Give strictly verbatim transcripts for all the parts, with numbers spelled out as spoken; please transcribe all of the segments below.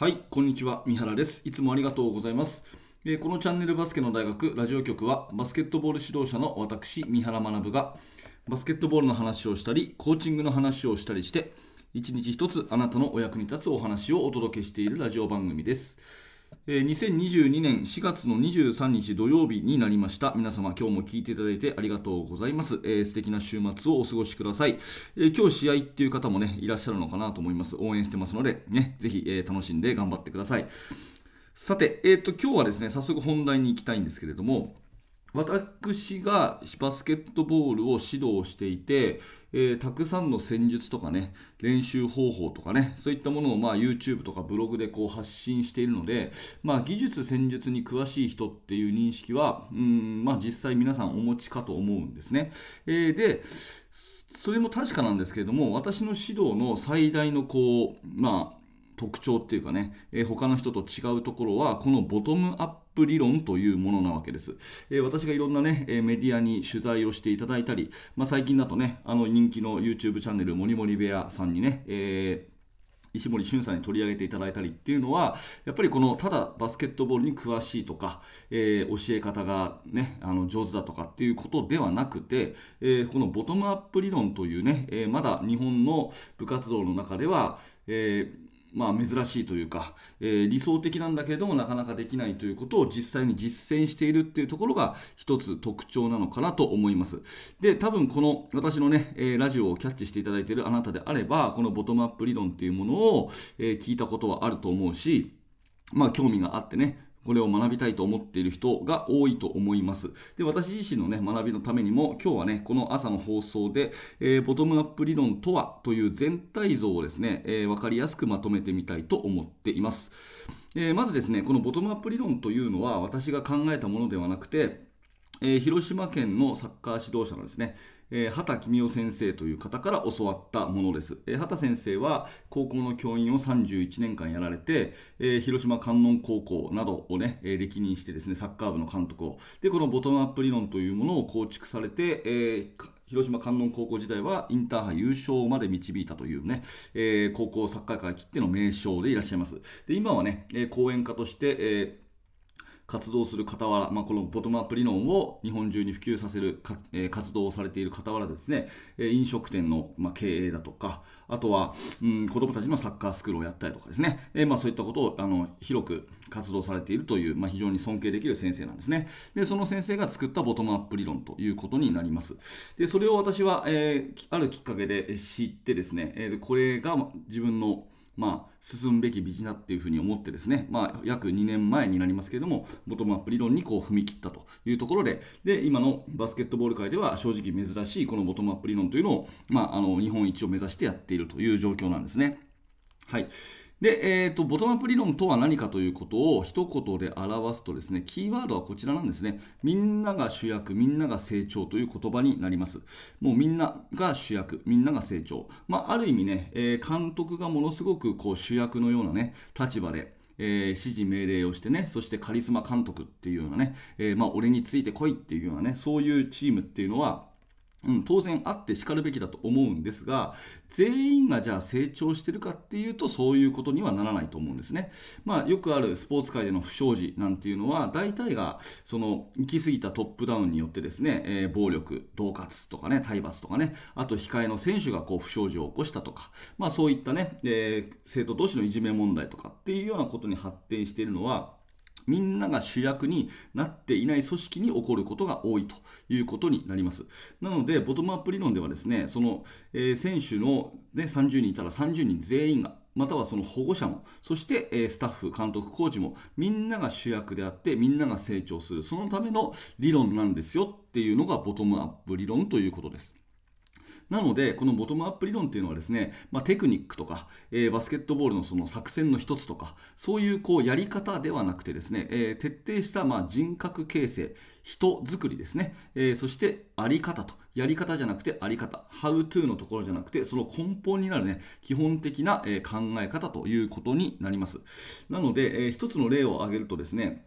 はい、こんにちは。三原です。いつもありがとうございます。えーこのチャンネルバスケの大学ラジオ局は、バスケットボール指導者の私、三原学が、バスケットボールの話をしたり、コーチングの話をしたりして、一日一つあなたのお役に立つお話をお届けしているラジオ番組です。えーにせんにじゅうにねんしがつのにじゅうさんにち土曜日になりました。皆様今日も聞いていただいてありがとうございます。えー素敵な週末をお過ごしください。えー今日試合っていう方もねいらっしゃるのかなと思います。応援してますのでね、ぜひ、えー楽しんで頑張ってください。さて、えーと今日はですね、早速本題に行きたいんですけれども、私がバスケットボールを指導していて、えーたくさんの戦術とかね、練習方法とかね、そういったものをまあ YouTube とかブログでこう発信しているので、まあ、技術戦術に詳しい人っていう認識は、うーん、まあ、実際皆さんお持ちかと思うんですね。えーで、それも確かなんですけれども、私の指導の最大のこう、まあ、特徴っていうかね、えー他の人と違うところはこのボトムアップ理論というものなわけです。えー私がいろんなね、えーメディアに取材をしていただいたり、まあ、最近だとね、あの人気の YouTube チャンネルもりもり部屋さんにね、えー石森俊さんに取り上げていただいたりっていうのは、やっぱりこのただバスケットボールに詳しいとか、えー教え方が、ね、あの上手だとかっていうことではなくて、えーこのボトムアップ理論というね、えーまだ日本の部活動の中では、えーまあ、珍しいというか、えー理想的なんだけれどもなかなかできないということを実際に実践しているっていうところが一つ特徴なのかなと思います。で、多分この私のね、えーラジオをキャッチしていただいているあなたであれば、このボトムアップ理論っていうものを、えー聞いたことはあると思うし、まあ、興味があってね、これを学びたいと思っている人が多いと思います。で、私自身のね、学びのためにも、今日はね、この朝の放送で、えーボトムアップ理論とはという全体像をですね、えーわかりやすくまとめてみたいと思っています。えーまずですね、このボトムアップ理論というのは、私が考えたものではなくて、えー広島県のサッカー指導者のですね、えー畑公夫先生という方から教わったものです。えー畑先生は高校の教員をさんじゅういちねんかんやられて、えー広島観音高校などをね、えー歴任してですね、サッカー部の監督を、で、このボトムアップ理論というものを構築されて、えーか広島観音高校時代はインターハイ優勝まで導いたというね、えー高校サッカー界きっての名将でいらっしゃいます。で、今はね、えー講演家として、えー活動する傍ら、まあ、このボトムアップ理論を日本中に普及させるか、えー活動をされている傍らですね、えー飲食店の、まあ、経営だとか、あとは、うん、子どもたちのサッカースクールをやったりとかですね、えーまあ、そういったことをあの広く活動されているという、まあ、非常に尊敬できる先生なんですね。で、その先生が作ったボトムアップ理論ということになります。で、それを私は、えーあるきっかけで知ってですね、えーこれが自分のまあ、進むべき道だっていうふうに思ってですね、まあ、約にねんまえになりますけれども、ボトムアップ理論にこう踏み切ったというところで、で、今のバスケットボール界では正直珍しいこのボトムアップ理論というのを、まあ、あの日本一を目指してやっているという状況なんですね。はい。で、えーと、ボトムアップ理論とは何かということを一言で表すとですね、キーワードはこちらなんですね。みんなが主役、みんなが成長という言葉になります。もうみんなが主役、みんなが成長。まあ、ある意味ね、えー監督がものすごくこう主役のようなね、立場で、えー指示命令をしてね、そしてカリスマ監督っていうようなね、えーまあ、俺についてこいっていうようなね、そういうチームっていうのは、うん、当然あってしかるべきだと思うんですが、全員がじゃあ成長してるかっていうとそういうことにはならないと思うんですね。まあ、よくあるスポーツ界での不祥事なんていうのは大体がその行き過ぎたトップダウンによってですね、えー暴力、恫喝とかね、体罰とかね、あと控えの選手がこう不祥事を起こしたとか、まあ、そういったね、えー生徒同士のいじめ問題とかっていうようなことに発展しているのは、みんなが主役になっていない組織に起こることが多いということになります。なので、ボトムアップ理論ではですね、その、えー選手の、ね、さんじゅうにんいたらさんじゅうにん全員が、またはその保護者も、そして、えースタッフ、監督、コーチも、みんなが主役であって、みんなが成長する、そのための理論なんですよっていうのがボトムアップ理論ということです。なので、このボトムアップ理論っていうのはですね、まあ、テクニックとか、えーバスケットボールのその作戦の一つとか、そういうこうやり方ではなくてですね、えー徹底したまあ人格形成、人作りですね、えーそしてあり方と、やり方じゃなくてあり方、How to のところじゃなくて、その根本になるね、基本的な、えー考え方ということになります。なので、えー一つの例を挙げるとですね、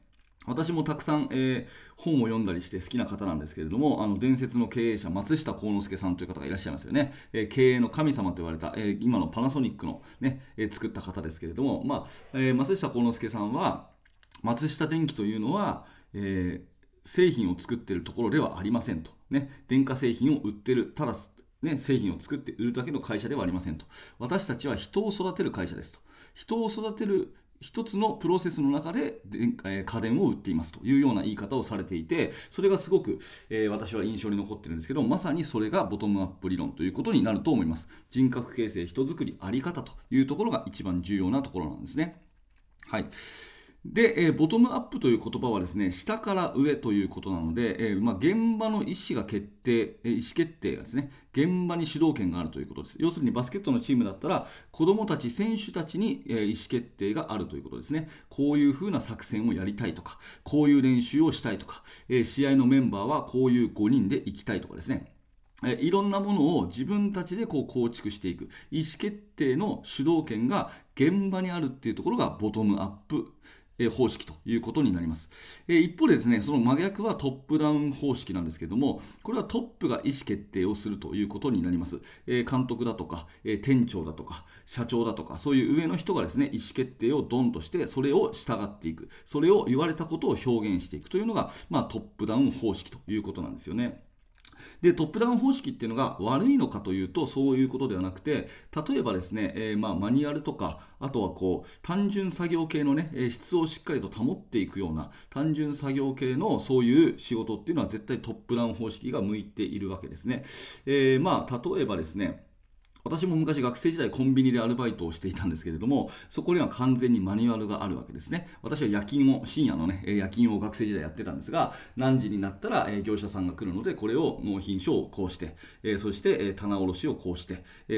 私もたくさん、えー本を読んだりして好きな方なんですけれども、あの伝説の経営者松下幸之助さんという方がいらっしゃいますよね。えー経営の神様と言われた、えー今のパナソニックの、ねえー作った方ですけれども、まあえー松下幸之助さんは、松下電器というのは、えー製品を作っているところではありませんと、ね、電化製品を売ってる、ただ、ね、製品を作って売るだけの会社ではありませんと。私たちは人を育てる会社ですと。人を育てる一つのプロセスの中で電えー家電を売っていますというような言い方をされていて、それがすごく、えー私は印象に残ってるんですけど、まさにそれがボトムアップ理論ということになると思います。人格形成、人づくり、あり方というところが一番重要なところなんですね。はい。で、えーボトムアップという言葉はですね、下から上ということなので、えーまあ、現場の意思が決定、えー意思決定がですね、現場に主導権があるということです。要するにバスケットのチームだったら、子どもたち、選手たちに、えー意思決定があるということですね。こういうふうな作戦をやりたいとか、こういう練習をしたいとか、えー試合のメンバーはこういうごにんで行きたいとかですね。えいろんなものを自分たちでこう構築していく意思決定の主導権が現場にあるっていうところがボトムアップえ方式ということになります。え一方でですね、その真逆はトップダウン方式なんですけども、これはトップが意思決定をするということになります。え監督だとか、え店長だとか、社長だとか、そういう上の人がですね、意思決定をドンとして、それを従っていく、それを言われたことを表現していくというのが、まあ、トップダウン方式ということなんですよね。でトップダウン方式っていうのが悪いのかというとそういうことではなくて、例えばですね、えーまあ、マニュアルとか、あとはこう単純作業系のね、えー質をしっかりと保っていくような単純作業系のそういう仕事っていうのは絶対トップダウン方式が向いているわけですね。えーまあ、例えばですね、私も昔学生時代コンビニでアルバイトをしていたんですけれども、そこには完全にマニュアルがあるわけですね。私は夜勤を、深夜のね、夜勤を学生時代やってたんですが、何時になったら業者さんが来るので、これを納品書をこうして、そして棚卸しをこうして、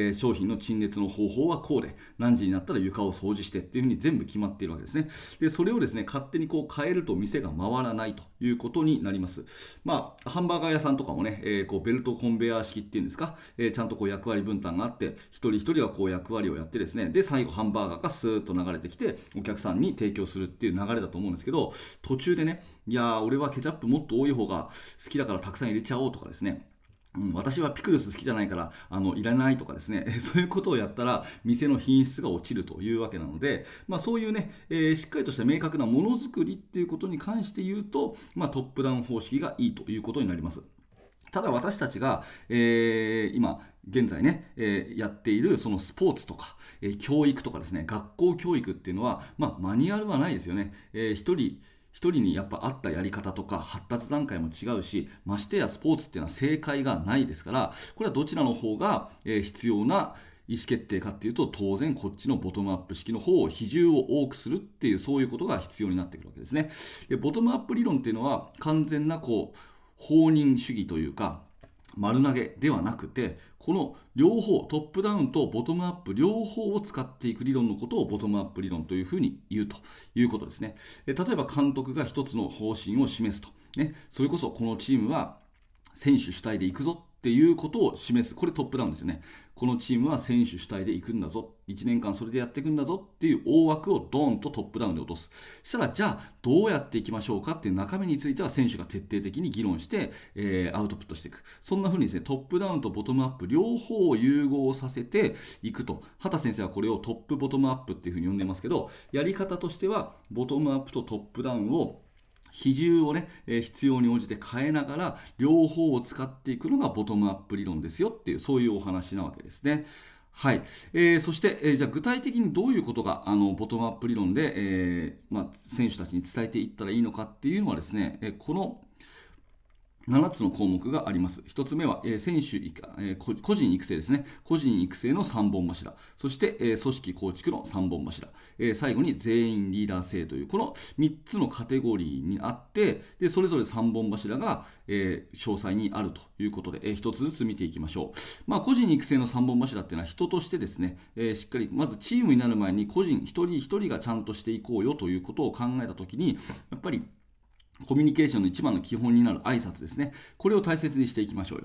商品の陳列の方法はこうで、何時になったら床を掃除してっていうふうに全部決まっているわけですね。で、それをですね、勝手にこう変えると店が回らないということになります。まあ、ハンバーガー屋さんとかもね、えーこうベルトコンベヤー式っていうんですか、えーちゃんとこう役割分担があって、一人一人がこう役割をやってですね、で最後ハンバーガーがスーッと流れてきてお客さんに提供するっていう流れだと思うんですけど、途中でね、いやー俺はケチャップもっと多い方が好きだからたくさん入れちゃおうとかですね、うん、私はピクルス好きじゃないからあのいらないとかですね、そういうことをやったら店の品質が落ちるというわけなので、まあ、そういうね、えーしっかりとした明確なものづくりっていうことに関して言うと、まあ、トップダウン方式がいいということになります。ただ私たちが、えー今現在ね、えーやっているそのスポーツとか、えー教育とかですね、学校教育っていうのは、まあ、マニュアルはないですよね。えー一人一人にやっぱ合ったやり方とか発達段階も違うし、ましてやスポーツっていうのは正解がないですから、これはどちらの方が、えー必要な意思決定かっていうと、当然こっちのボトムアップ式の方を比重を多くするっていう、そういうことが必要になってくるわけですね。でボトムアップ理論っていうのは完全なこう放任主義というか丸投げではなくて、この両方トップダウンとボトムアップ両方を使っていく理論のことをボトムアップ理論というふうに言うということですね。例えば監督が一つの方針を示すと、ね、それこそこのチームは選手主体で行くぞっていうことを示す、これトップダウンですよね。このチームは選手主体で行くんだぞ、いちねんかんそれでやっていくんだぞっていう大枠をドーンとトップダウンで落とす。そしたらじゃあどうやっていきましょうかっていう中身については選手が徹底的に議論して、えーアウトプットしていく。そんな風にですね、トップダウンとボトムアップ両方を融合させていくと。畑先生はこれをトップボトムアップっていう風に呼んでますけど、やり方としてはボトムアップとトップダウンを比重をね、えー必要に応じて変えながら両方を使っていくのがボトムアップ理論ですよっていう、そういうお話なわけですね。はい、えーそして、えーじゃあ具体的にどういうことがあのボトムアップ理論で、えーまあ、選手たちに伝えていったらいいのかっていうのはですね、えーこのななつの項目があります。ひとつめは、えー選手以下、えー個個人育成ですね。個人育成のさんぼん柱。そして、えー組織構築のさんぼん柱。えー最後に全員リーダー性という、このみっつのカテゴリーにあって、でそれぞれさんぼん柱が、えー詳細にあるということで、えー、ひとつずつ見ていきましょう。まあ、個人育成のさんぼん柱っていうのは人としてですね、えーしっかりまずチームになる前に個人一人一人がちゃんとしていこうよということを考えたときに、やっぱりコミュニケーションの一番の基本になる挨拶ですね。これを大切にしていきましょうよと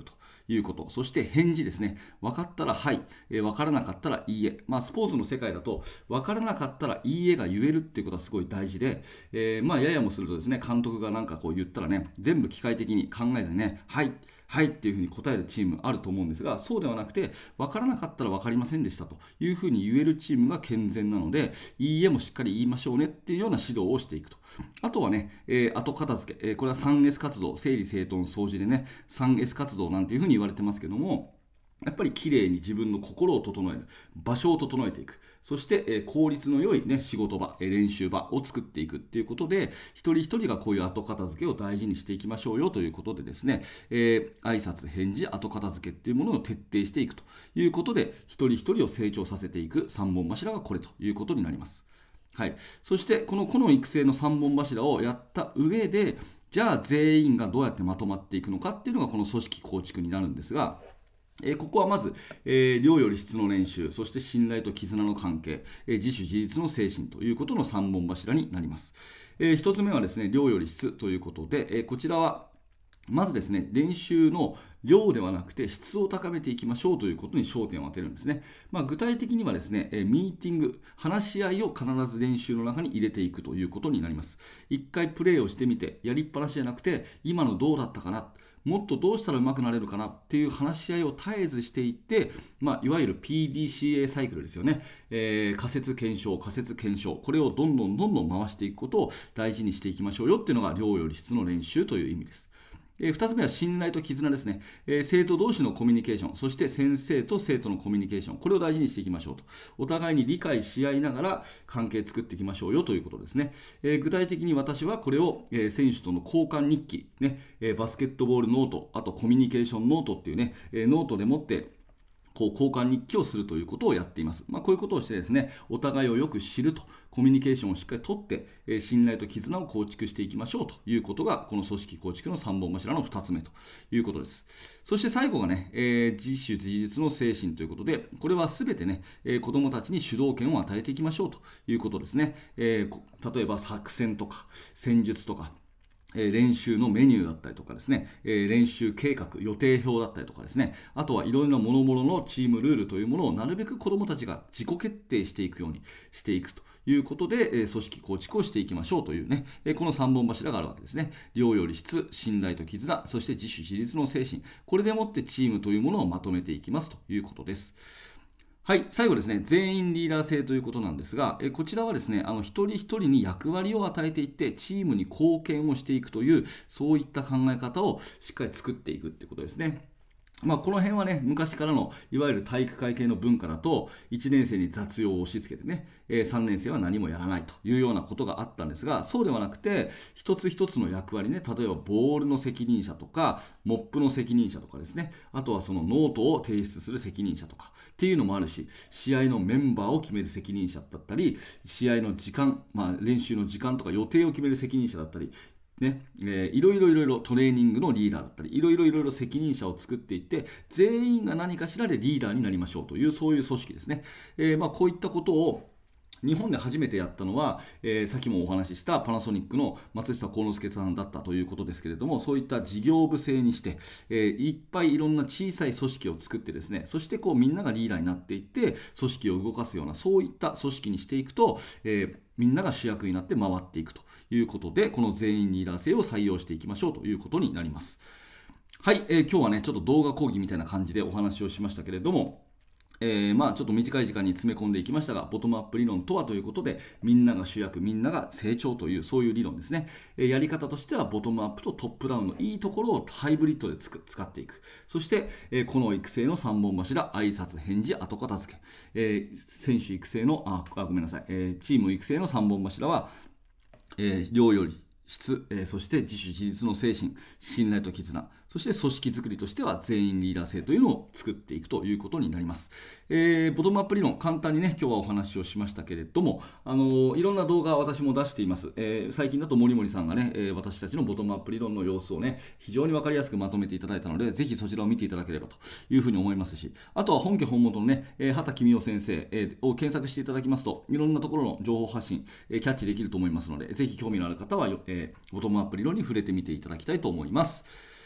いうこと、そして返事ですね。分かったらはい、えー分からなかったらいいえ。まあ、スポーツの世界だと分からなかったらいいえが言えるっていうことはすごい大事で、えーまあややもするとですね、監督がなんかこう言ったらね、全部機械的に考えずにね、はいはいっていうふうに答えるチームあると思うんですが、そうではなくて、分からなかったら分かりませんでしたというふうに言えるチームが健全なので、いいえもしっかり言いましょうねっていうような指導をしていくと。あとはね、えー後片付け、えーこれは スリーエス 活動、整理整頓掃除でね、スリーエス 活動なんていうふうに言われてますけども、やっぱりきれいに自分の心を整える、場所を整えていく、そして、えー効率の良い、ね、仕事場、えー練習場を作っていくっていうことで、一人一人がこういう後片付けを大事にしていきましょうよということでですね、えー挨拶、返事、後片付けっていうものを徹底していくということで、一人一人を成長させていくさんぼん柱がこれということになります。はい、そしてこの個の育成のさんぼん柱をやった上で、じゃあ全員がどうやってまとまっていくのかっていうのがこの組織構築になるんですが、えーここはまず、えー量より質の練習、そして信頼と絆の関係、えー自主自立の精神ということのさんぼん柱になります。えひとつめはですね、量より質ということで、えーこちらはまずですね、練習の量ではなくて質を高めていきましょうということに焦点を当てるんですね。まあ、具体的にはですね、えミーティング、話し合いを必ず練習の中に入れていくということになります。一回プレーをしてみて、やりっぱなしじゃなくて、今のどうだったかな、もっとどうしたら上手くなれるかなっていう話し合いを絶えずしていって、まあ、いわゆる ピーディーシーエー サイクルですよね、えー仮説検証、仮説検証、これをどんどんどんどん回していくことを大事にしていきましょうよっていうのが量より質の練習という意味です。えーふたつめは信頼と絆ですね、えー生徒同士のコミュニケーション、そして先生と生徒のコミュニケーション、これを大事にしていきましょうと。お互いに理解し合いながら関係作っていきましょうよということですね。えー具体的に私はこれを、えー選手との交換日記、ねえーバスケットボールノート、あとコミュニケーションノートっていうね、えーノートでもってこう交換日記をするということをやっています。まあ、こういうことをしてですね、お互いをよく知ると、コミュニケーションをしっかりとって、えー信頼と絆を構築していきましょうということが、この組織構築のさんぼん柱のふたつめということです。そして最後がね、えー自主自立の精神ということで、これはすべてね、えー子どもたちに主導権を与えていきましょうということですね。えーこ例えば作戦とか戦術とか、えー練習のメニューだったりとかですね、えー練習計画、予定表だったりとかですね、あとはいろいろな諸々のチームルールというものをなるべく子どもたちが自己決定していくようにしていくということで、えー組織構築をしていきましょうというね、えーこのさんぼん柱があるわけですね。量より質、信頼と絆、そして自主自立の精神、これでもってチームというものをまとめていきますということです。はい、最後ですね、全員リーダー制ということなんですが、えこちらはですね、あの一人一人に役割を与えていって、チームに貢献をしていくという、そういった考え方をしっかり作っていくってことですね。まあ、この辺はね、昔からのいわゆる体育会系の文化だと、いちねん生に雑用を押し付けてね、えーさんねん生は何もやらないというようなことがあったんですが、そうではなくて、一つ一つの役割ね、例えばボールの責任者とか、モップの責任者とかですね、あとはそのノートを提出する責任者とかっていうのもあるし、試合のメンバーを決める責任者だったり、試合の時間、まあ、練習の時間とか予定を決める責任者だったり、ねえーいろいろいろいろトレーニングのリーダーだったりいろいろいろいろ責任者を作っていって全員が何かしらでリーダーになりましょうというそういう組織ですね、えーまあ、こういったことを日本で初めてやったのは、えー、さっきもお話ししたパナソニックの松下幸之助さんだったということですけれども、そういった事業部制にして、えーいっぱいいろんな小さい組織を作ってですね、そしてこうみんながリーダーになっていって組織を動かすようなそういった組織にしていくと、えーみんなが主役になって回っていくということで、この全員リーダー制を採用していきましょうということになります。はい、えー今日はねちょっと動画講義みたいな感じでお話をしましたけれども、えーまあちょっと短い時間に詰め込んでいきましたが、ボトムアップ理論とはということで、みんなが主役、みんなが成長というそういう理論ですね。えーやり方としてはボトムアップとトップダウンのいいところをハイブリッドでつく使っていく。そして、えーこの育成のさんぼん柱、挨拶、返事、後片付け、えー選手育成のああごめんなさい、えーチーム育成のさんぼん柱は、えー量より質、えーそして自主自立の精神、信頼と絆、そして組織づくりとしては全員リーダー制というのを作っていくということになります。えーボトムアップ理論、簡単にね今日はお話をしましたけれども、あのーいろんな動画私も出しています。えー最近だと森森さんがね、えー私たちのボトムアップ理論の様子をね非常に分かりやすくまとめていただいたので、ぜひそちらを見ていただければというふうに思いますし、あとは本家本元のね、えー畑公夫先生、えーを検索していただきますといろんなところの情報発信、えーキャッチできると思いますので、ぜひ興味のある方は、えーボトムアップ理論に触れてみていただきたいと思います。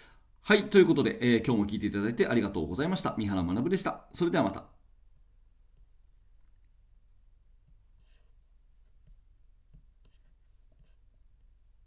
はい、ということで、えー今日も聞いていただいてありがとうございました。三原学でした。それではまた。